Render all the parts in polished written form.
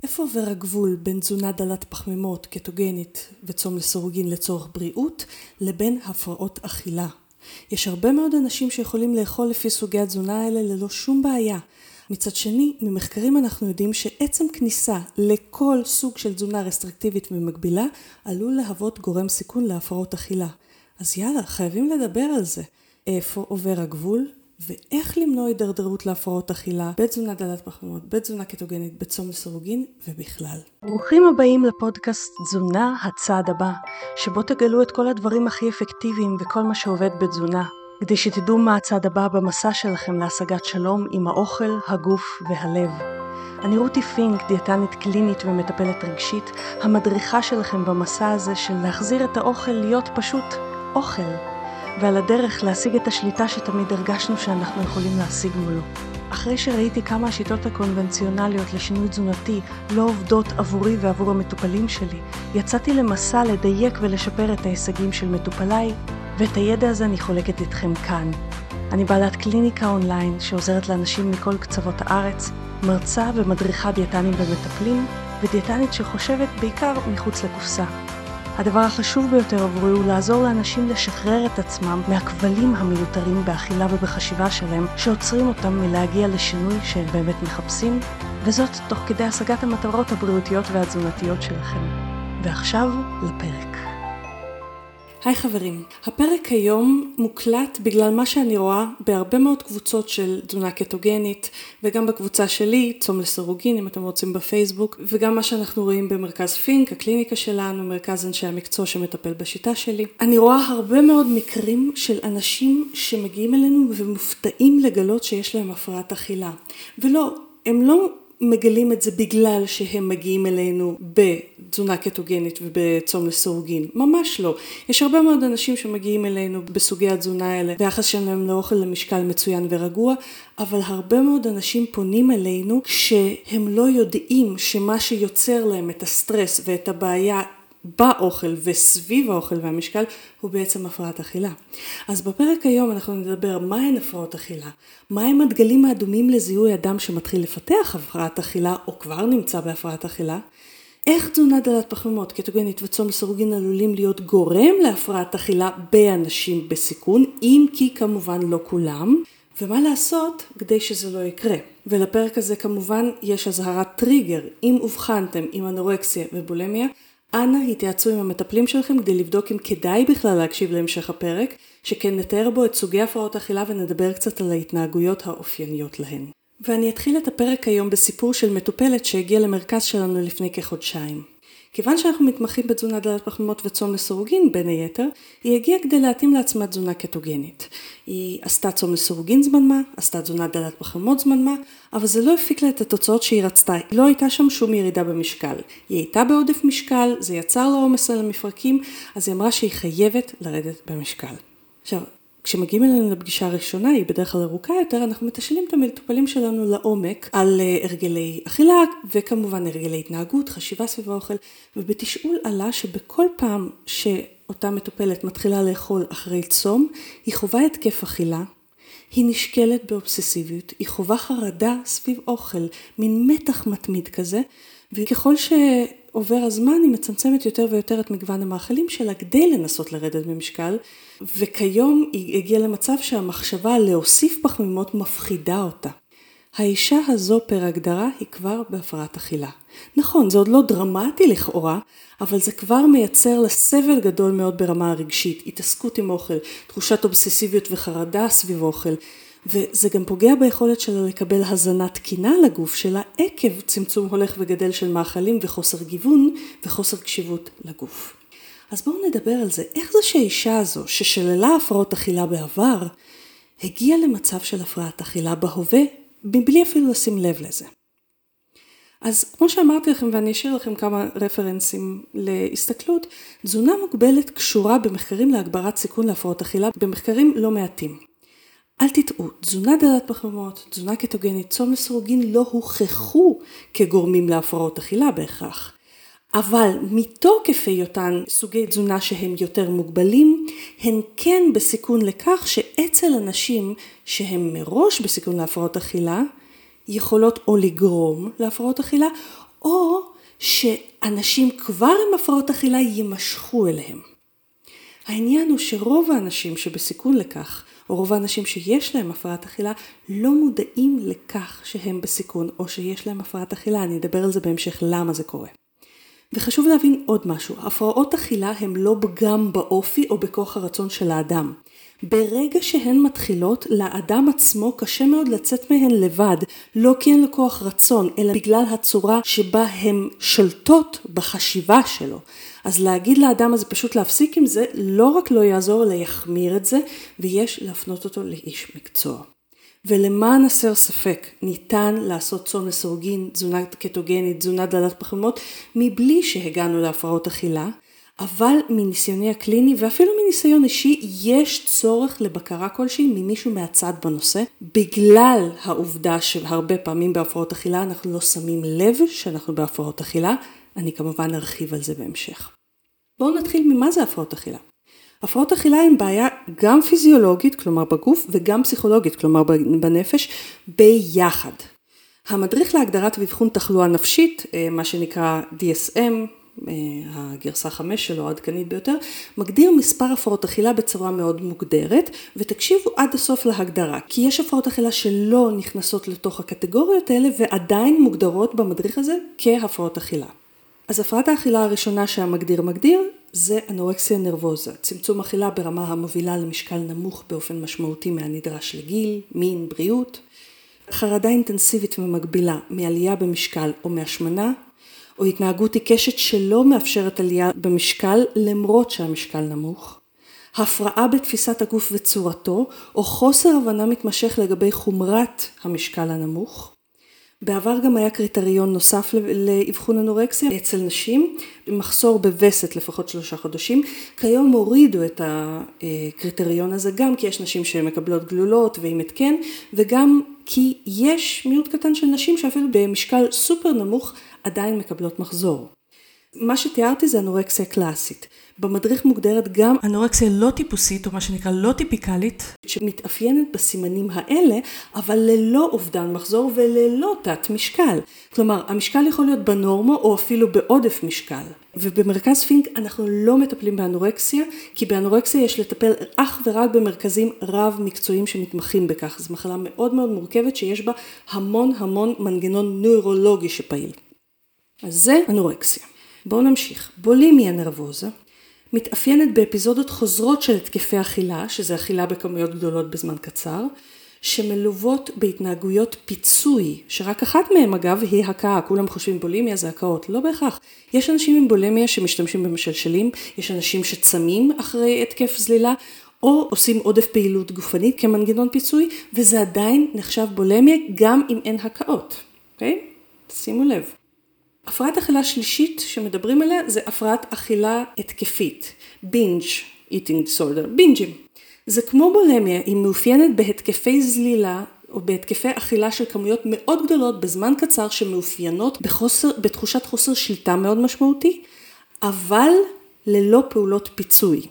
איפה עובר הגבול בין תזונה דלת פחמימות, קטוגנית וצום לסירוגין לצורך בריאות, לבין הפרעות אכילה? יש הרבה מאוד אנשים שיכולים לאכול לפי סוגי התזונה האלה ללא שום בעיה. מצד שני, ממחקרים אנחנו יודעים שעצם כניסה לכל סוג של תזונה רסטריקטיבית ומגבילה, עלול להוות גורם סיכון להפרעות אכילה. אז יאללה, חייבים לדבר על זה. איפה עובר הגבול? ואיך למנוע הידרדרות להפרעות אכילה בתזונה דלת פחמימות, בתזונה קטוגנית, בצום לסירוגין ובכלל. ברוכים הבאים לפודקאסט תזונה הצעד הבא, שבו תגלו את כל הדברים הכי אפקטיביים וכל מה שעובד בתזונה, כדי שתדעו מה הצעד הבא במסע שלכם להשגת שלום עם האוכל, הגוף והלב. אני רותי פינק, דיאטנית קלינית ומטפלת רגשית, המדריכה שלכם במסע הזה של להחזיר את האוכל להיות פשוט אוכל. ועל הדרך להשיג את השליטה שתמיד הרגשנו שאנחנו יכולים להשיג מולו. אחרי שראיתי כמה השיטות הקונבנציונליות לשינוי תזונתי לא עובדות עבורי ועבור המטופלים שלי, יצאתי למסע לדייק ולשפר את ההישגים של מטופליי, ואת הידע הזה אני חולקת איתכם כאן. אני בעלת קליניקה אונליין שעוזרת לאנשים מכל קצוות הארץ, מרצה ומדריכה דיאטנים ומטפלים, ודיאטנית שחושבת בעיקר מחוץ לקופסה. הדבר החשוב ביותר עבורי הוא לעזור לאנשים לשחרר את עצמם מהכבלים המיותרים באכילה ובחשיבה שלהם, שעוצרים אותם מלהגיע לשינוי שהם באמת מחפשים, וזאת תוך כדי השגת המטרות הבריאותיות והתזונתיות שלכם. ועכשיו לפרק. היי חברים, הפרק היום מוקלט בגלל מה שאני רואה בהרבה מאוד קבוצות של תזונה קטוגנית, וגם בקבוצה שלי, צום לסירוגין אם אתם רוצים בפייסבוק, וגם מה שאנחנו רואים במרכז פינק, הקליניקה שלנו, מרכז אנשי המקצוע שמטפל בשיטה שלי. אני רואה הרבה מאוד מקרים של אנשים שמגיעים אלינו ומופתעים לגלות שיש להם הפרעת אכילה. ולא, הם לא מגלים את זה בגלל שהם מגיעים אלינו בתזונה קטוגנית ובצום לסירוגין. ממש לא. יש הרבה מאוד אנשים שמגיעים אלינו בסוגי התזונה האלה, ויחס שלהם לאוכל למשקל מצוין ורגוע, אבל הרבה מאוד אנשים פונים אלינו כשהם לא יודעים שמה שיוצר להם את הסטרס ואת הבעיה באוכל וסביב האוכל והמשקל הוא בעצם הפרעת אכילה. אז בפרק היום אנחנו נדבר מהן הפרעות אכילה, מהם הדגלים האדומים לזיהוי אדם שמתחיל לפתח הפרעת אכילה או כבר נמצא בהפרעת אכילה, איך תזונה דלת פחמימות, קטוגנית וצום לסירוגין עלולים להיות גורם להפרעת אכילה באנשים בסיכון, אם כי כמובן לא כולם, ומה לעשות כדי שזה לא יקרה. ולפרק הזה כמובן יש אזהרת טריגר, אם אובחנתם עם אנורקסיה ובולמיה, אנא התייעצו עם המטפלים שלכם כדי לבדוק אם כדאי בכלל להקשיב להמשך הפרק, שכן נתאר בו את סוגי הפרעות אכילה ונדבר קצת על ההתנהגויות האופייניות להן. ואני אתחיל את הפרק היום בסיפור של מטופלת שהגיעה למרכז שלנו לפני כחודשיים. כיוון שאנחנו מתמחים בתזונה דלת פחמימות וצום לסירוגין בין היתר, היא הגיעה כדי להתאים לעצמה תזונה קטוגנית. היא עשתה צום לסירוגין זמן מה, עשתה תזונה דלת פחמימות זמן מה, אבל זה לא הפיק לה את התוצאות שהיא רצתה. לא הייתה שם שום ירידה במשקל. היא הייתה בעודף משקל, זה יצר לה עומס על המפרקים, אז היא אמרה שהיא חייבת לרדת במשקל. עכשיו, כשמגיעים אלינו לפגישה הראשונה, היא בדרך כלל ארוכה יותר, אנחנו מתשאלים את המטופלים שלנו לעומק על הרגלי אכילה, וכמובן הרגלי התנהגות, חשיבה סביב האוכל, ובתשאול עלה שבכל פעם שאותה מטופלת מתחילה לאכול אחרי צום, היא חווה התקף אכילה, היא נשקלת באובססיביות, היא חווה חרדה סביב אוכל, מין מתח מתמיד כזה, וככל שעובר הזמן היא מצמצמת יותר ויותר את מגוון המאכלים שלה כדי לנסות לרדת במשקל, וכיום היא הגיעה למצב שהמחשבה להוסיף פחמימות מפחידה אותה. האישה הזו פר הגדרה היא כבר בהפרעת אכילה. נכון, זה עוד לא דרמטי לכאורה, אבל זה כבר מייצר לסבל גדול מאוד ברמה הרגשית, התעסקות עם אוכל, תחושת אובססיביות וחרדה סביב אוכל, וזה גם פוגע ביכולת שלה לקבל הזנה תקינה לגוף שלה עקב צמצום הולך וגדל של מאכלים וחוסר גיוון וחוסר קשיבות לגוף. אז בואו נדבר על זה. איך זה שהאישה הזו ששללה הפרעות אכילה בעבר, הגיעה למצב של הפרעת אכילה בהווה, מבלי אפילו לשים לב לזה. אז כמו שאמרתי לכם, ואני אשאיר לכם כמה רפרנסים להסתכלות, תזונה מוגבלת קשורה במחקרים להגברת סיכון להפרעות אכילה, במחקרים לא מעטים. אל תטעו, תזונה דלת פחמימות, תזונה קטוגנית, צום לסירוגין לא הוכחו כגורמים להפרעות אכילה בהכרח. אבל מתוקף היותן סוגי תזונה שהם יותר מוגבלים, הן כן בסיכון לכך שאצל אנשים שהם מראש בסיכון להפרעות אכילה, יכולות או לגרום להפרעות אכילה, או שאנשים כבר עם הפרעות אכילה יימשכו אליהם. העניין הוא שרוב האנשים שבסיכון לכך, או רוב האנשים שיש להם הפרעת אכילה, לא מודעים לכך שהם בסיכון, או שיש להם הפרעת אכילה. אני אדבר על זה בהמשך למה זה קורה. וחשוב להבין עוד משהו, הפרעות אכילה הם לא פגם באופי או בכוח הרצון של האדם. ברגע שהן מתחילות, לאדם עצמו קשה מאוד לצאת מהן לבד, לא כי אין לו כוח רצון, אלא בגלל הצורה שבה הן שלטות בחשיבה שלו. אז להגיד לאדם הזה פשוט להפסיק עם זה, לא רק לא יעזור, אלא יחמיר את זה, ויש להפנות אותו לאיש מקצוע. ולמען הסר ספק, ניתן לעשות צום לסורגין, תזונה קטוגנית, תזונה דלת פחמימות, מבלי שהגענו להפרעות אכילה, אבל מניסיוני הקליני ואפילו מניסיון אישי, יש צורך לבקרה כלשהי ממישהו מהצד בנושא, בגלל העובדה שהרבה פעמים בהפרעות אכילה אנחנו לא שמים לב שאנחנו בהפרעות אכילה, אני כמובן ארחיב על זה בהמשך. בואו נתחיל ממה זה הפרעות אכילה. הפרעות אכילה הן בעיה גם פיזיולוגית, כלומר בגוף, וגם פסיכולוגית, כלומר בנפש, ביחד. המדריך להגדרת ואבחון תחלואה נפשית, מה שנקרא DSM, הגרסה 5 שלו, העדכנית ביותר, מגדיר מספר הפרעות אכילה בצורה מאוד מוגדרת, ותקשיבו עד הסוף להגדרה, כי יש הפרעות אכילה שלא נכנסות לתוך הקטגוריות האלה, ועדיין מוגדרות במדריך הזה כהפרעות אכילה. אז הפרעת האכילה הראשונה שהמגדיר זה אנורקסיה נרבוזה, צמצום אכילה ברמה המובילה למשקל נמוך באופן משמעותי מהנדרש לגיל, מין, בריאות, חרדה אינטנסיבית ומקבילה מעלייה במשקל או מהשמנה, או התנהגות עיקשת שלא מאפשרת עלייה במשקל למרות שהמשקל נמוך, הפרעה בתפיסת הגוף וצורתו, או חוסר הבנה מתמשך לגבי חומרת המשקל הנמוך. בעבר גם היה קריטריון נוסף לאבחון אנורקסיה אצל נשים, מחסור בווסת לפחות 3 חודשים. כיום הורידו את הקריטריון הזה גם כי יש נשים שמקבלות גלולות ועם התקן, וגם כי יש מיעוט קטן של נשים שאפילו במשקל סופר נמוך עדיין מקבלות מחזור. מה שתיארתי זה אנורקסיה קלאסית. במדריך מוגדרת גם אנורקסיה לא טיפוסית, או מה שנקרא לא טיפיקלית, שמתאפיינת בסימנים האלה, אבל ללא אובדן מחזור וללא תת משקל. כלומר, המשקל יכול להיות בנורמה או אפילו בעודף משקל. ובמרכז פינק אנחנו לא מטפלים באנורקסיה, כי באנורקסיה יש לטפל אך ורק במרכזים רב מקצועיים שמתמחים בכך. זו מחלה מאוד מאוד מורכבת שיש בה המון מנגנון נוירולוגי שפעיל. אז זה אנורקסיה. בואו נמשיך. בולימיה נרבוזה מתאפיינת באפיזודות חוזרות של התקפי אכילה, שזה אכילה בכמויות גדולות בזמן קצר, שמלוות בהתנהגויות פיצוי, שרק אחת מהם אגב היא הקאה. כולם חושבים בולימיה זה הקאות, לא בהכרח. יש אנשים עם בולימיה שמשתמשים במשלשלים, יש אנשים שצמים אחרי התקף זלילה, או עושים עודף פעילות גופנית כמנגנון פיצוי, וזה עדיין נחשב בולימיה גם אם אין הקאות. אוקיי? שימו לב. הפרעת אכילה שלישית שמדברים עליה זה הפרעת אכילה התקפית, binge eating disorder, בינג'ים. זה כמו בולימיה, היא מאופיינת בהתקפי זלילה או בהתקפי אכילה של כמויות מאוד גדולות בזמן קצר שמאופיינות בתחושת חוסר שליטה מאוד משמעותי, אבל ללא פעולות פיצוי.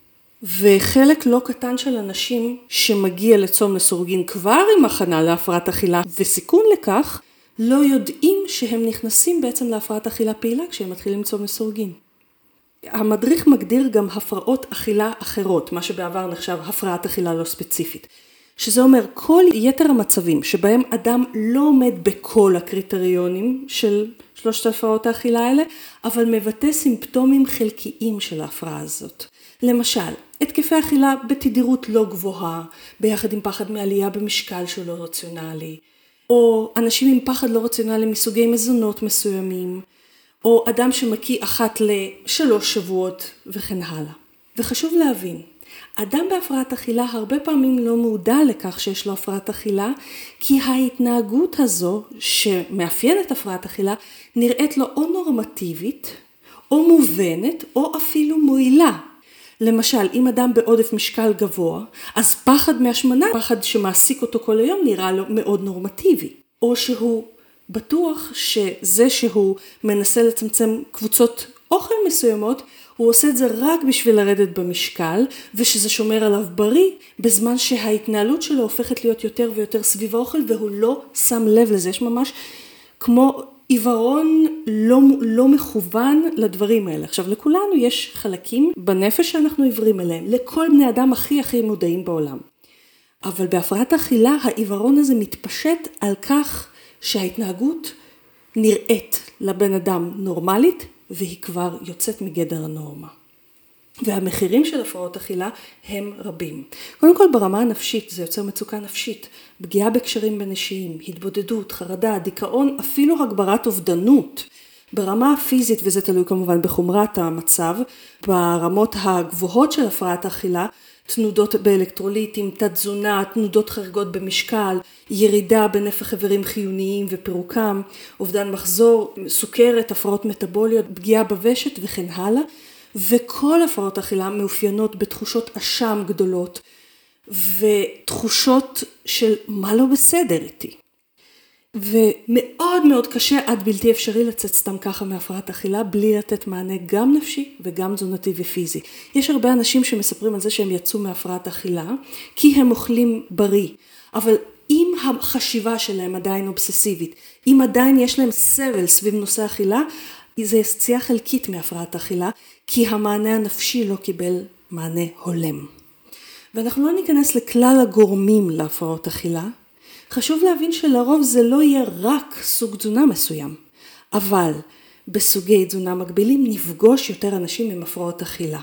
וחלק לא קטן של אנשים שמגיע לצום לסורגין כבר עם הכנה להפרעת אכילה וסיכון לכך, לא יודעים שהם נכנסים בעצם להפרעת אכילה פעילה כשהם מתחילים לצום לסורגין. המדריך מגדיר גם הפרעות אכילה אחרות, מה שבעבר נחשב הפרעת אכילה לא ספציפית. שזה אומר כל יתר המצבים שבהם אדם לא עומד בכל הקריטריונים של 3 הפרעות האכילה האלה, אבל מבטא סימפטומים חלקיים של ההפרעה הזאת. למשל, התקפי אכילה בתדירות לא גבוהה, ביחד עם פחד מעלייה במשקל שהוא לא רציונלי, או אנשים עם פחד לא רציונלי מסוגי מזונות מסוימים, או אדם שמקיא 1 ל3 שבועות וכן הלאה. וחשוב להבין, אדם בהפרעת אכילה הרבה פעמים לא מודע לכך שיש לו הפרעת אכילה, כי ההתנהגות הזו שמאפיינת הפרעת אכילה נראית לו או נורמטיבית, או מובנת, או אפילו מועילה. למשל, אם אדם בעודף משקל גבוה, אז פחד מהשמנה, פחד שמעסיק אותו כל היום, נראה לו מאוד נורמטיבי. או שהוא בטוח שזה שהוא מנסה לצמצם קבוצות אוכל מסוימות, הוא עושה את זה רק בשביל לרדת במשקל, ושזה שומר עליו בריא, בזמן שההתנהלות שלו הופכת להיות יותר ויותר סביב האוכל, והוא לא שם לב לזה. יש ממש כמו עיוורון לא מכוון לדברים האלה. עכשיו, לכולנו יש חלקים בנפש שאנחנו עיוורים אליהם, לכל בני אדם הכי מודעים בעולם. אבל בהפרעת אכילה, העיוורון הזה מתפשט על כך שההתנהגות נראית לבן אדם נורמלית, והיא כבר יוצאת מגדר הנורמה. והמחירים של הפרעות אכילה הם רבים. קודם כל ברמה הנפשית, זה יוצר מצוקה נפשית, פגיעה בקשרים בין אישיים, התבודדות, חרדה, דיכאון, אפילו הגברת אובדנות. ברמה הפיזית, וזה תלוי כמובן בחומרת המצב, ברמות הגבוהות של הפרעת אכילה, תנודות באלקטרוליטים, תת-תזונה, תנודות חריגות במשקל, ירידה בנפח איברים חיוניים ופירוקם, אובדן מחזור, סוכרת, הפרעות מטאבוליות, פגיעה בוושת וכן הלאה. וכל הפרעות אכילה מאופיינות בתחושות אשם גדולות, ותחושות של מה לא בסדר איתי. ומאוד מאוד קשה עד בלתי אפשרי לצאת סתם ככה מהפרעת אכילה, בלי לתת מענה גם נפשי וגם תזונתי ופיזי. יש הרבה אנשים שמספרים על זה שהם יצאו מהפרעת אכילה, כי הם אוכלים בריא. אבל אם החשיבה שלהם עדיין אובססיבית, אם עדיין יש להם סבל סביב נושא אכילה, זה יציאה חלקית מהפרעת אכילה, כי המענה הנפשי לא קיבל מענה הולם. ואנחנו לא ניכנס לכלל הגורמים להפרעות אכילה. חשוב להבין שלרוב זה לא יהיה רק סוג תזונה מסוים, אבל בסוגי תזונה מקבילים נפגוש יותר אנשים עם הפרעות אכילה.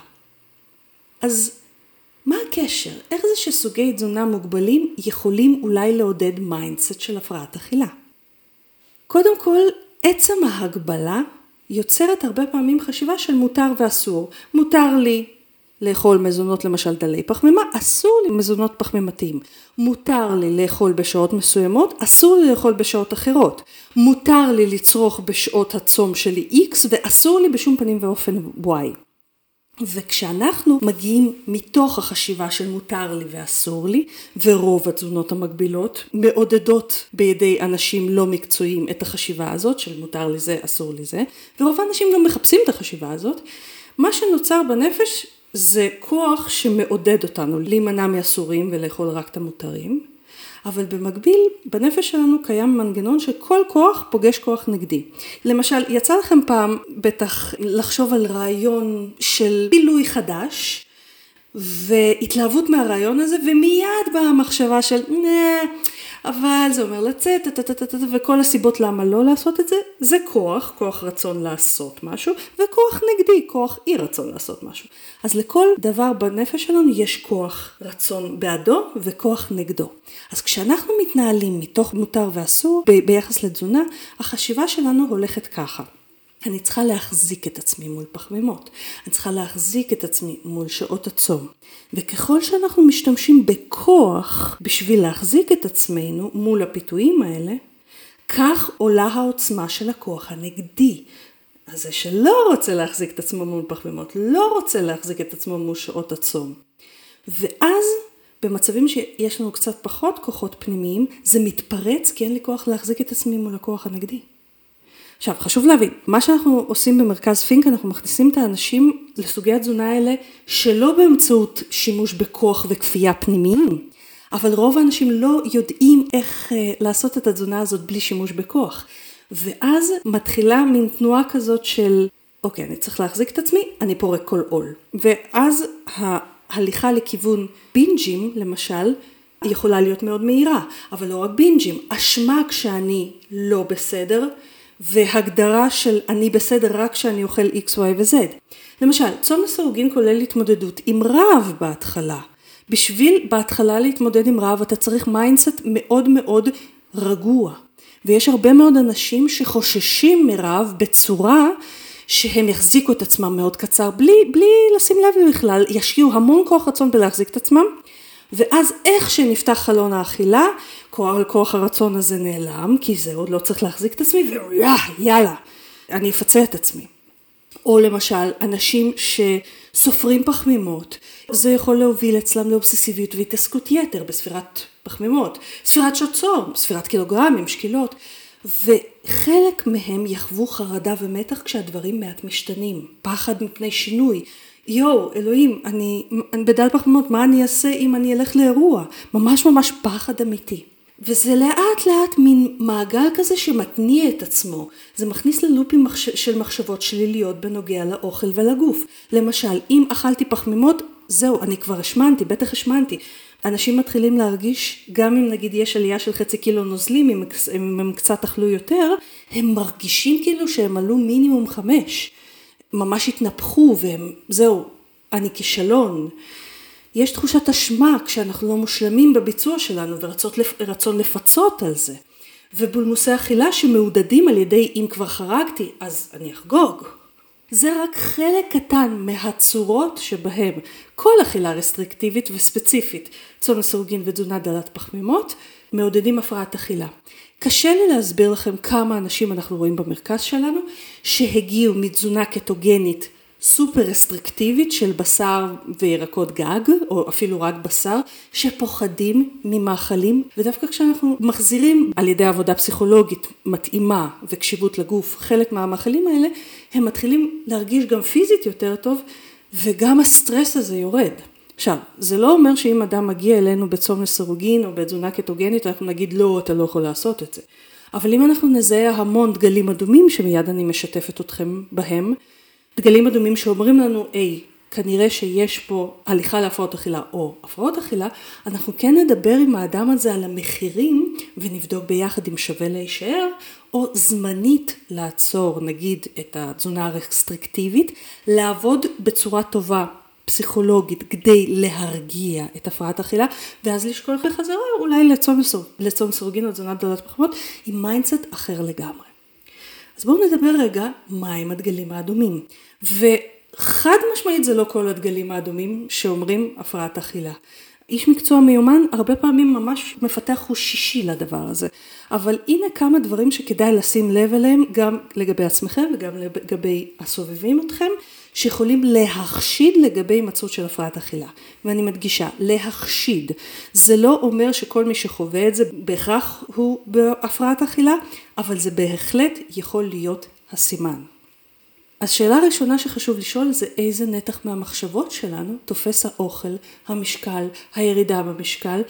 אז מה הקשר? איך זה שסוגי תזונה מוגבלים יכולים אולי לעודד מיינדסט של הפרעת אכילה? קודם כל, עצם ההגבלה יוצרת הרבה פעמים חשיבה של מותר ואסור. מותר לי לאכול מזונות למשל דלי פחמימה, אסור לי מזונות פחמימתיים. מותר לי לאכול בשעות מסוימות, אסור לי לאכול בשעות אחרות. מותר לי לצרוך בשעות הצום שלי X ואסור לי בשום פנים ואופן Y. וכשאנחנו מגיעים מתוך החשיבה של מותר לי ואסור לי, ורוב התזונות המקבילות מעודדות בידי אנשים לא מקצועיים את החשיבה הזאת של מותר לי זה, אסור לי זה, ורוב האנשים גם מחפשים את החשיבה הזאת, מה שנוצר בנפש זה כוח שמעודד אותנו להימנע מאסורים ולאכול רק את המותרים, אבל במקביל בנפש שלנו קיים מנגנון שכל כוח פוגש כוח נגדי. למשל, יצא לכם פעם בטח לחשוב על רעיון של בילוי חדש, והתלהבות מהרעיון הזה, ומיד באה המחשבה של אבל זה אומר לצאת, וכל הסיבות למה לא לעשות את זה, זה כוח רצון לעשות משהו, וכוח נגדי, כוח אי רצון לעשות משהו. אז לכל דבר בנפש שלנו יש כוח רצון בעדו וכוח נגדו. אז כשאנחנו מתנהלים מתוך מותר ואסור ביחס לתזונה, החשיבה שלנו הולכת ככה. אני צריכה להחזיק את עצמי מול פחמימות, אני צריכה להחזיק את עצמי מול שעות הצום. וככל שאנחנו משתמשים בכוח בשביל להחזיק את עצמנו מול הפיתויים האלה, כך עולה העוצמה של הכוח הנגדי. אז זה שלא רוצה להחזיק את עצמו מול פחמימות, לא רוצה להחזיק את עצמו מול שעות הצום. ואז במצבים שיש לנו קצת פחות כוחות פנימיים, זה מתפרץ כי אין לי כוח להחזיק את עצמי מול הכוח הנגדי. עכשיו, חשוב להבין, מה שאנחנו עושים במרכז פינק, אנחנו מכניסים את האנשים לסוגי התזונה האלה, שלא באמצעות שימוש בכוח וכפייה פנימיים, אבל רוב האנשים לא יודעים איך לעשות את התזונה הזאת בלי שימוש בכוח. ואז מתחילה מין תנועה כזאת של, אוקיי, אני צריך להחזיק את עצמי, אני פורק כל עול. ואז ההליכה לכיוון בינג'ים, למשל, יכולה להיות מאוד מהירה, אבל לא רק בינג'ים, אשמה כשאני לא בסדר, והגדרה של אני בסדר רק כשאני אוכל X, Y ו-Z. למשל, צום לסירוגין כולל התמודדות עם רעב בהתחלה. בשביל בהתחלה להתמודד עם רעב, אתה צריך מיינדסט מאוד מאוד רגוע. ויש הרבה מאוד אנשים שחוששים מרעב בצורה שהם יחזיקו את עצמם מאוד קצר, בלי לשים לב בכלל, ישקיעו המון כוח רצון בלהחזיק את עצמם, ואז איך שנפתח חלון האכילה, כוח הרצון הזה נעלם, כי זה עוד לא צריך להחזיק את עצמי, ויאללה, אני אפצה את עצמי. או למשל, אנשים שסופרים פחמימות, זה יכול להוביל אצלם לאובססיביות והתעסקות יתר בספירת פחמימות, ספירת שעות צום, ספירת קילוגרמים, שקילות, וחלק מהם יחוו חרדה ומתח כשהדברים מעט משתנים, פחד מפני שינוי. אלוהים, אני בדל פחמימות, מה אני אעשה אם אני אלך לאירוע? ממש פחד אמיתי. וזה לאט לאט מין מעגל כזה שמתניע את עצמו. זה מכניס ללופים של מחשבות שליליות בנוגע לאוכל ולגוף. למשל, אם אכלתי פחמימות, זהו, אני כבר השמנתי, בטח השמנתי. אנשים מתחילים להרגיש, גם אם נגיד יש עלייה של 0.5 קילו נוזלים, אם הם קצת אכלו יותר, הם מרגישים כאילו שהם עלו מינימום 5. ממש התנפחו והם, זהו, אני כישלון. יש תחושת אשמה כשאנחנו לא מושלמים בביצוע שלנו ורצון לפצות על זה. ובולמוסי אכילה שמעודדים על ידי אם כבר חרגתי, אז אני אחגוג. זה רק חלק קטן מהצורות שבהם כל אכילה רסטריקטיבית וספציפית, צום לסירוגין ותזונה דלת פחמימות, מעודדים הפרעת אכילה. קשה לי להסביר לכם כמה אנשים אנחנו רואים במרכז שלנו, שהגיעו מתזונה קטוגנית סופר רסטריקטיבית של בשר וירקות גג, או אפילו רק בשר, שפוחדים ממאכלים, ודווקא כשאנחנו מחזירים על ידי עבודה פסיכולוגית מתאימה וקשיבות לגוף, חלק מהמאכלים האלה, הם מתחילים להרגיש גם פיזית יותר טוב, וגם הסטרס הזה יורד. עכשיו, זה לא אומר שאם אדם מגיע אלינו בצום לסירוגין או בתזונה קטוגנית, אנחנו נגיד לא, אתה לא יכול לעשות את זה. אבל אם אנחנו נזהה המון דגלים אדומים, שמיד אני משתפת אתכם בהם, דגלים אדומים שאומרים לנו, כנראה שיש פה הליכה להפרעות אכילה או הפרעות אכילה, אנחנו כן נדבר עם האדם הזה על המחירים ונבדוק ביחד אם שווה להישאר, או זמנית לעצור, נגיד את התזונה הרסטריקטיבית, לעבוד בצורה טובה פסיכולוגית כדי להרגיע את הפרעת אכילה, ואז לשקול בחזרה אולי לצום סירוגין או תזונה דלת פחמימות עם מיינדסט אחר לגמרי. אז בואו נדבר רגע מה עם הדגלים האדומים. וחד משמעית זה לא כל הדגלים האדומים שאומרים הפרעת אכילה. איש מקצוע מיומן הרבה פעמים ממש מפתח חוש שישי לדבר הזה. אבל הנה כמה דברים שכדאי לשים לב אליהם, גם לגבי עצמכם וגם לגבי הסובבים אתכם, שיכולים להחשיד לגבי הימצאות של הפרעת אכילה. ואני מדגישה, להחשיד. זה לא אומר שכל מי שחווה את זה בהכרח הוא בהפרעת אכילה, אבל זה בהחלט יכול להיות הסימן. אז שאלה הראשונה שחשוב לשאול זה איזה נתח מהמחשבות שלנו תופס האוכל, המשקל, הירידה במשקל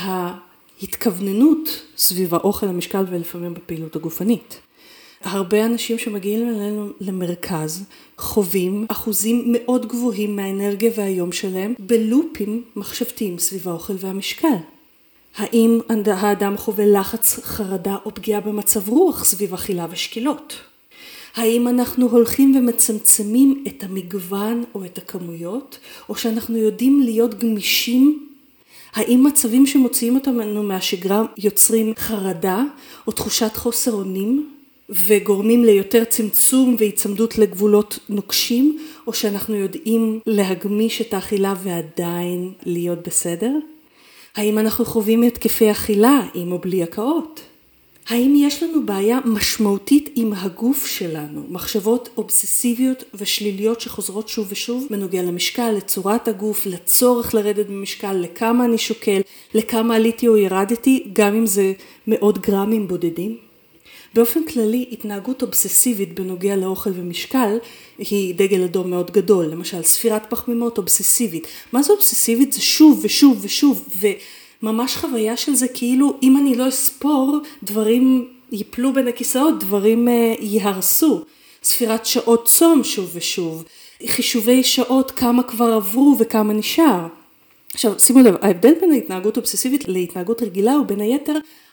וההתכווננות סביב האוכל, המשקל ולפעמים בפעילות הגופנית. הרבה אנשים שמגיעים אלינו למרכז חווים אחוזים מאוד גבוהים מהאנרגיה והיום שלהם בלופים מחשבתיים סביב האוכל והמשקל. האם האדם חווה לחץ, חרדה או פגיעה במצב רוח סביב אכילה ושקילות? האם אנחנו הולכים ומצמצמים את המגוון או את הכמויות, או שאנחנו יודעים להיות גמישים? האם מצבים שמוציאים אותנו מהשגרה יוצרים חרדה או תחושת חוסר אונים, וגורמים ליותר צמצום והצמדות לגבולות נוקשים, או שאנחנו יודעים להגמיש את האכילה ועדיין להיות בסדר? האם אנחנו חווים התקפי אכילה עם או בלי הקאות? האם יש לנו בעיה משמעותית עם הגוף שלנו, מחשבות אובססיביות ושליליות שחוזרות שוב ושוב בנוגע למשקל, לצורת הגוף, לצורך לרדת במשקל, לכמה אני שוקל, לכמה עליתי או ירדתי, גם אם זה מאות גרמים בודדים? באופן כללי, התנהגות אובססיבית בנוגע לאוכל ומשקל היא דגל אדום מאוד גדול. למשל, ספירת פחמימות אובססיבית. מה זה אובססיבית? זה שוב ושוב ושוב, וממש חוויה של זה כאילו אם אני לא אספור, דברים ייפלו בין הכיסאות, דברים יהרסו. ספירת שעות צום שוב ושוב. חישובי שעות כמה כבר עברו וכמה נשאר. עכשיו, שימו לב, ההבדל בין ההתנהגות אובססיבית להתנהגות רגילה הוא בין היתר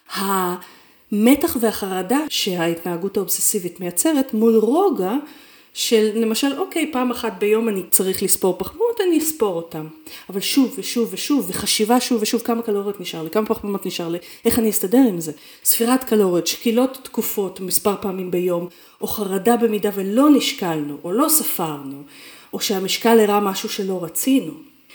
המתח והחרדה שההתנהגות האובססיבית מייצרת מול רוגע של למשל, אוקיי, פעם אחת ביום אני צריך לספור פחמימות, אני אספור אותם. אבל שוב ושוב ושוב, וחשיבה שוב ושוב, כמה קלוריות נשאר לי, כמה פחמימות נשאר לי, איך אני אסתדר עם זה? ספירת קלוריות, שקילות תקופות מספר פעמים ביום, או חרדה במידה ולא נשקלנו, או לא ספרנו, או שהמשקל הראה משהו שלא רצינו.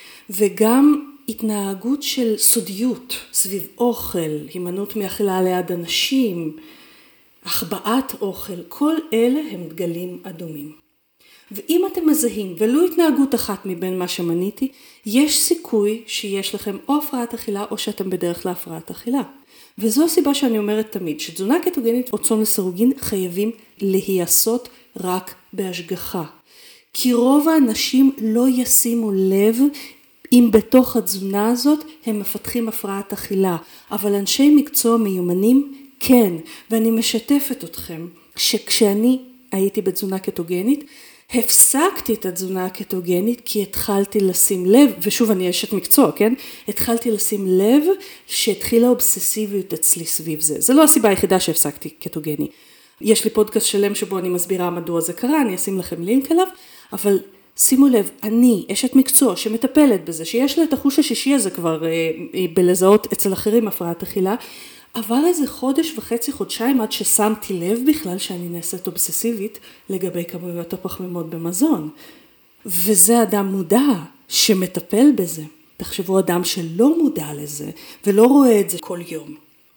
וגם התנהגות של סודיות סביב אוכל, הימנעות מאכילה ליד אנשים, החבאת אוכל, כל אלה הם דגלים אדומים. ואם אתם מזהים ולו התנהגות אחת מבין מה שמניתי, יש סיכוי שיש לכם או הפרעת אכילה או שאתם בדרך להפרעת אכילה. וזו הסיבה שאני אומרת תמיד, שתזונה קטוגנית או צום לסירוגין חייבים להיעשות רק בהשגחה. כי רוב האנשים לא ישימו לב אם בתוך התזונה הזאת הם מפתחים הפרעת אכילה, אבל אנשי מקצוע מיומנים כן, ואני משתפת אתכם שכשאני הייתי בתזונה קטוגנית, הפסקתי את התזונה הקטוגנית כי התחלתי לשים לב, ושוב אני אשת מקצוע, כן? התחלתי לשים לב שהתחילה אובססיביות אצלי סביב זה. זה לא הסיבה היחידה שהפסקתי קטוגני. יש לי פודקאסט שלם שבו אני מסבירה מדוע זה קרה, אני אשים לכם לינק אליו, אבל שימו לב, אני אשת מקצוע שמטפלת בזה, שיש לה את החוש השישי הזה כבר בלזהות אצל אחרים הפרעת אכילה, עבר איזה חודש וחצי, חודשיים, עד ששמתי לב בכלל שאני נעשית אובססיבית לגבי כמויות הפחמימות במזון. וזה אדם מודע שמטפל בזה. תחשבו אדם שלא מודע לזה ולא רואה את זה כל יום.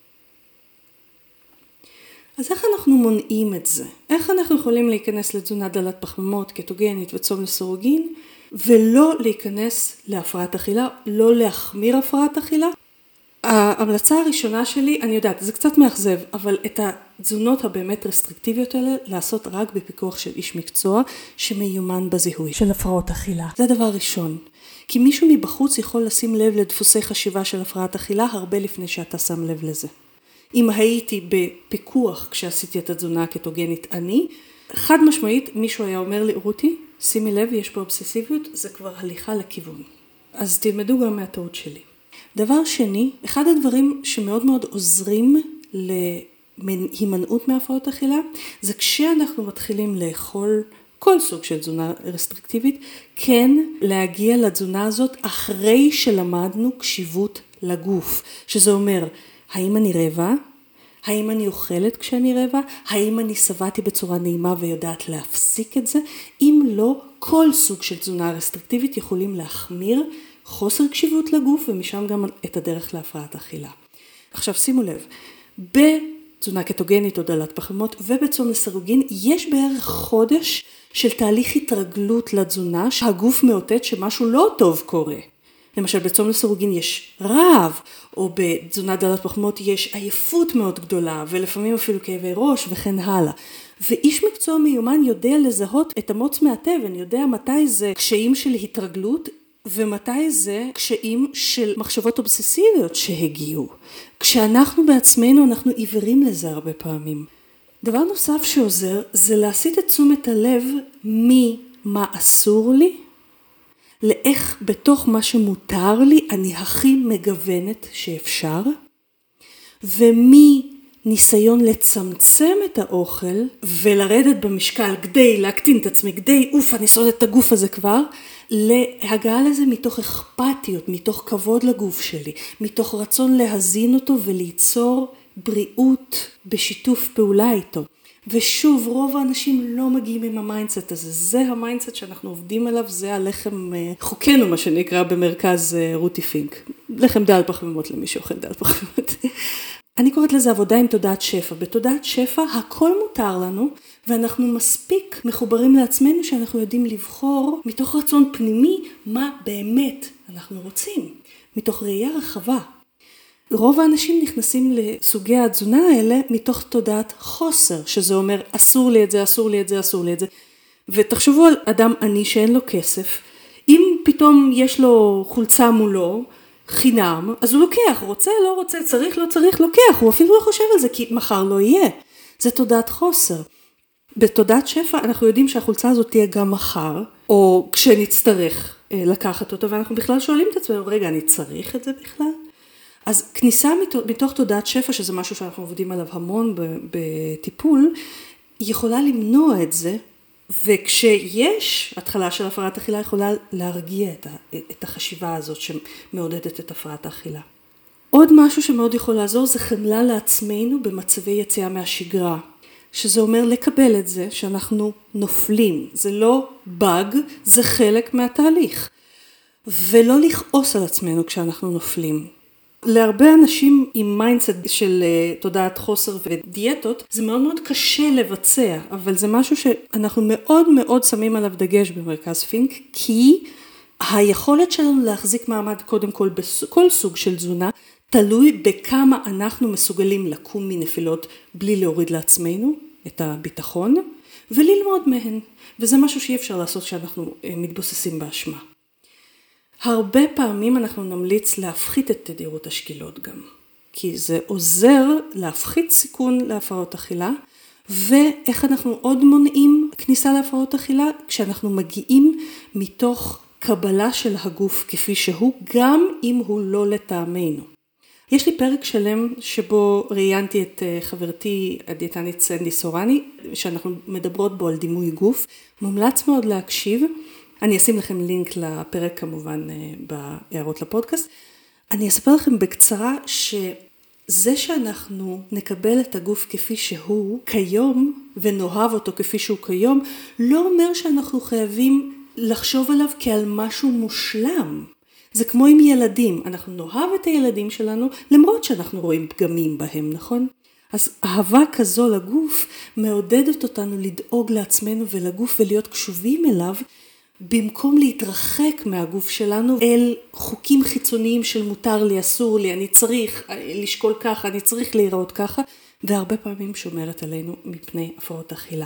אז איך אנחנו מונעים את זה? איך אנחנו יכולים להיכנס לתזונה דלת פחמימות, קטוגנית וצום לסירוגין, ולא להיכנס להפרעת אכילה, לא להחמיר הפרעת אכילה? ההמלצה הראשונה שלי, אני יודעת, זה קצת מאכזב, אבל את התזונות הבאמת רסטריקטיביות האלה, לעשות רק בפיקוח של איש מקצוע, שמיומן בזיהוי של הפרעות אכילה. זה דבר ראשון. כי מישהו מבחוץ יכול לשים לב לדפוסי חשיבה של הפרעת אכילה, הרבה לפני שאתה שם לב לזה. אם הייתי בפיקוח כשעשיתי את התזונה הקטוגנית אני, חד משמעית מישהו היה אומר לי, רותי, שימי לב, יש פה אובססיביות, זה כבר הליכה לכיוון. אז תלמדו גם מהטעות שלי. דבר שני, אחד הדברים שמאוד מאוד עוזרים להימנעות מהפרעות אכילה, זה כשאנחנו מתחילים לאכול כל סוג של תזונה רסטריקטיבית, כן להגיע לתזונה הזאת אחרי שלמדנו קשיבות לגוף, שזה אומר, האם אני רעבה? האם אני אוכלת כשאני רעבה? האם אני שבעתי בצורה נעימה ויודעת להפסיק את זה? אם לא, כל סוג של תזונה רסטריקטיבית יכולים להחמיר חוסר קשיבות לגוף, ומשם גם את הדרך להפרעת אכילה. עכשיו שימו לב, בתזונה קטוגנית או דלת פחמימות ובצום לסירוגין, יש בערך חודש של תהליך התרגלות לתזונה, שהגוף מאותת שמשהו לא טוב קורה. למשל בצום לסירוגין יש רעב, או בתזונה דלת פחמימות יש עייפות מאוד גדולה, ולפעמים אפילו כאבי ראש וכן הלאה. ואיש מקצוע מיומן יודע לזהות את המוץ מהתבן, יודע מתי זה קשיים של התרגלות, ומתי זה קשיים של מחשבות אובססיביות שהגיעו. כשאנחנו בעצמנו אנחנו עיוורים לזה הרבה פעמים. דבר נוסף שעוזר זה להסיט את תשומת הלב ממה אסור לי, לאיך בתוך מה שמותר לי אני הכי מגוונת שאפשר, ומניסיון לצמצם את האוכל ולרדת במשקל כדי להקטין את עצמי, כדי אני שורדת את הגוף הזה כבר, להגעה לזה מתוך אכפתיות, מתוך כבוד לגוף שלי, מתוך רצון להזין אותו וליצור בריאות בשיתוף פעולה איתו. ושוב, רוב האנשים לא מגיעים עם המיינדסט הזה. זה המיינדסט שאנחנו עובדים עליו, זה הלחם חוקנו, מה שנקרא במרכז רותי פינק. לחם דל פחמימות למי שאוכל דל פחמימות. אני קוראת לזה עבודה עם תודעת שפע. בתודעת שפע הכל מותר לנו, ואנחנו מספיק מחוברים לעצמנו שאנחנו יודעים לבחור מתוך רצון פנימי מה באמת אנחנו רוצים, מתוך ראייה רחבה. רוב האנשים נכנסים לסוגי התזונה האלה מתוך תודעת חוסר, שזה אומר אסור לי את זה, אסור לי את זה, אסור לי את זה. ותחשבו על אדם עני שאין לו כסף, אם פתאום יש לו חולצה מולו, חינם, אז הוא לוקח, רוצה, לא רוצה, צריך, לא צריך, לוקח, הוא אפילו לא חושב על זה כי מחר לא יהיה. זה תודעת חוסר. בתודעת שפע אנחנו יודעים שהחולצה הזאת תהיה גם מחר, או כשנצטרך לקחת אותה, ואנחנו בכלל שואלים את עצמנו, רגע, אני צריך את זה בכלל? אז כניסה מתוך תודעת שפע, שזה משהו שאנחנו עובדים עליו המון בטיפול, יכולה למנוע את זה, וכשיש התחלה של הפרעת אכילה, יכולה להרגיע את החשיבה הזאת שמעודדת את הפרעת האכילה. עוד משהו שמאוד יכול לעזור זה חמלה לעצמנו במצבי יציאה מהשגרה, שזה אומר לקבל את זה שאנחנו נופלים. זה לא באג, זה חלק מהתהליך. ולא לכעוס על עצמנו כשאנחנו נופלים. להרבה אנשים עם מיינדסט של תודעת חוסר ודיאטות, זה מאוד מאוד קשה לבצע, אבל זה משהו שאנחנו מאוד מאוד שמים עליו דגש במרכז פינק, כי היכולת שלנו להחזיק מעמד קודם כל בכל סוג של תזונה, תלוי בכמה אנחנו מסוגלים לקום מנפילות בלי להוריד לעצמנו את הביטחון, וללמוד מהן. וזה משהו שאי אפשר לעשות כשאנחנו מתבוססים באשמה. הרבה פעמים אנחנו נמליץ להפחית את תדירות השקילות גם, כי זה עוזר להפחית סיכון להפרעות אכילה, ואיך אנחנו עוד מונעים כניסה להפרעות אכילה? כשאנחנו מגיעים מתוך קבלה של הגוף כפי שהוא, גם אם הוא לא לטעמנו. יש לי פרק שלם שבו ראיינתי את חברתי הדיאטנית סנדי סורני, שאנחנו מדברות בו על דימוי גוף. מומלץ מאוד להקשיב. אני אשים לכם לינק לפרק כמובן בהערות לפודקאסט. אני אספר לכם בקצרה שזה שאנחנו נקבל את הגוף כפי שהוא כיום ונאהב אותו כפי שהוא כיום, לא אומר שאנחנו חייבים לחשוב עליו כעל משהו מושלם. זה כמו עם ילדים, אנחנו נאהב את הילדים שלנו למרות שאנחנו רואים פגמים בהם, נכון? אז אהבה כזו לגוף מעודדת אותנו לדאוג לעצמנו ולגוף ולהיות קשובים אליו, במקום להתרחק מהגוף שלנו אל חוקים חיצוניים של מותר לי, אסור לי, אני צריך לשקול ככה, אני צריך להיראות ככה, והרבה פעמים שומרת עלינו מפני הפרעות אכילה.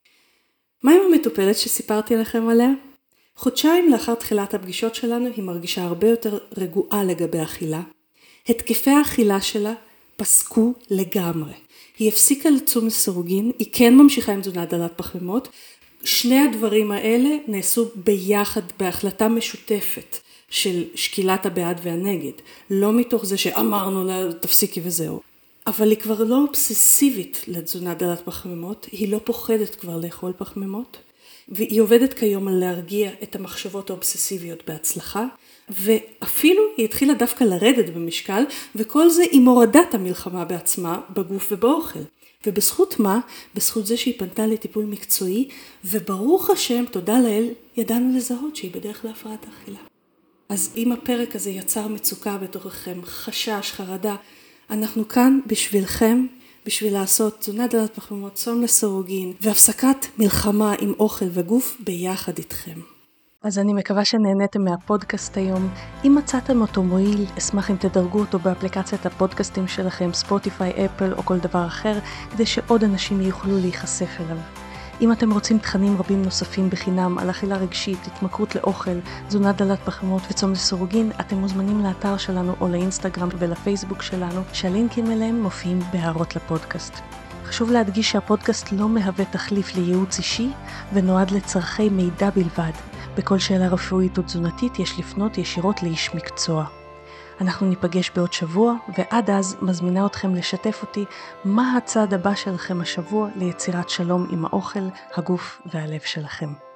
מה עם המטופלת שסיפרתי לכם עליה? חודשיים לאחר תחילת הפגישות שלנו היא מרגישה הרבה יותר רגועה לגבי אכילה. התקפי האכילה שלה פסקו לגמרי. היא הפסיקה לצום לסירוגין, היא כן ממשיכה עם תזונה דלת פחמימות. שני הדברים האלה נעשו ביחד בהחלטה משותפת של שקילת הבעד והנגד. לא מתוך זה שאמרנו לה תפסיקי וזהו. אבל היא כבר לא אובססיבית לתזונה דלת פחמימות, היא לא פוחדת כבר לאכול פחמימות. והיא עובדת כיום על להרגיע את המחשבות האובססיביות בהצלחה, ואפילו היא התחילה דווקא לרדת במשקל, וכל זה עם הורדת המלחמה בעצמה בגוף ובאוכל. ובזכות מה? בזכות זה שהיא פנתה לטיפול מקצועי, וברוך השם, תודה לאל, ידענו לזהות שהיא בדרך להפרעת אכילה. אז אם הפרק הזה יצר מצוקה בתוככם, חשש, חרדה, אנחנו כאן בשבילכם, בשביל לעשות תזונה דלת פחמימות, צום לסירוגין, והפסקת מלחמה עם אוכל וגוף ביחד איתכם. אז אני מקווה שנהניתם מהפודקאסט היום. אם מצאתם אותו מועיל, אשמח אם תדרגו אותו באפליקציית הפודקאסטים שלכם, ספוטיפיי, אפל או כל דבר אחר, כדי שעוד אנשים יוכלו להיחשף אליו. אם אתם רוצים תכנים רבים נוספים בחינם על אכילה רגשית, התמכרות לאוכל, תזונה דלת פחמימות וצום לסירוגין, אתם מוזמנים לאתר שלנו או לאינסטגרם ולפייסבוק שלנו, שהלינקים אליהם מופיעים בהערות לפודקאסט. חשוב להדגיש שהפודקאסט לא מהווה תחליף לייעוץ אישי ונועד לצרכי מידע בלבד. בכל שאלה רפואית או תזונתית יש לפנות ישירות לאיש מקצוע. אנחנו ניפגש בעוד שבוע, ועד אז מזמינה אתכם לשתף אותי מה הצעד הבא שלכם השבוע ליצירת שלום עם האוכל, הגוף והלב שלכם.